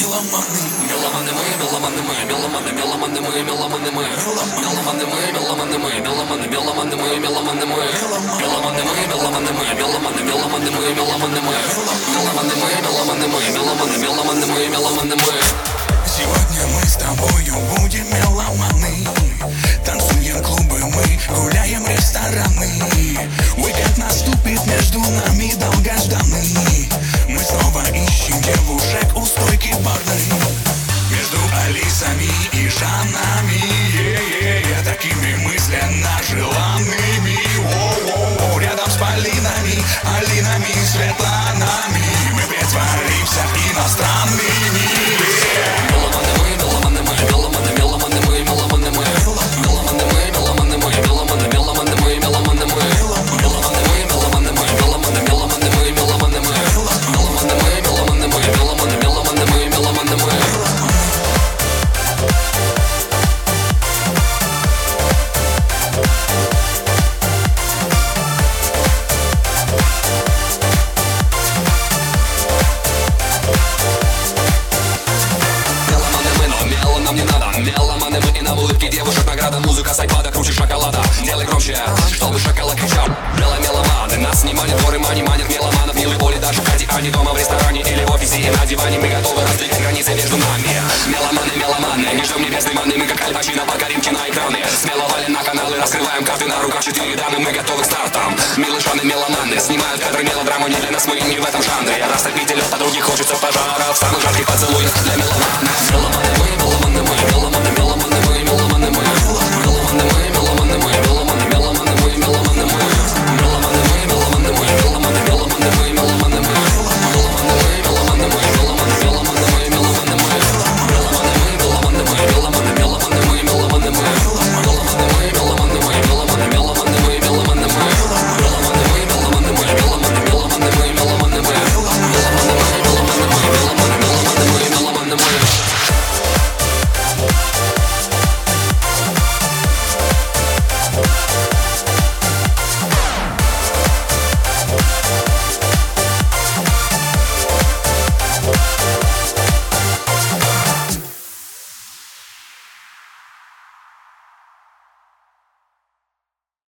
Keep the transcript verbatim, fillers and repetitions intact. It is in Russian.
Меломаны, меломаны мы, меломаны мы, меломаны, меломаны мы, меломаны мы, меломаны мы, меломаны мы, меломаны, меломаны мы, меломаны мы, меломаны мы, меломаны мы, меломаны, меломаны мы, меломаны мы, меломаны мы, меломаны мы, меломаны, меломаны мы, меломаны мы. Сегодня мы с тобою будем меломаны. Танцуем клубы мы, гуляем рестораны. Уикенд наступит, между нами долгожданный. Мы снова ищем девушек у стойки барной. Между Алисами и Жаннами, е-е-е, такими мысленно желанными. О-о-о, рядом с Полинами, Алинами, Светланами мы притворимся иностранными. Меломаны мы и на улыбке девушек награда. Музыка с айпада круче шоколада. Делай громче, чтобы шоколад кричал. Меломеломаны, нас не манят, горы мани манят меломанов. Милый Оли, даже Кати, а не дома в ресторане или в офисе и на диване. Мы готовы раздвигать границы между нами. Меломаны, меломаны, не ждем небесной маны. Мы как Аль Пачино покорим киноэкраны. Смело валим на каналы, раскрываем карты на руках четыре дамы. Мы готовы к стартам. Милые Жанны, меломаны снимают кадры мелодраму. Не для нас, мы не в этом жанре. Растопить лед, а других хочется пожаров. Самый жаркий поцелуй для меломана. Меломаны мы, меломаны мы,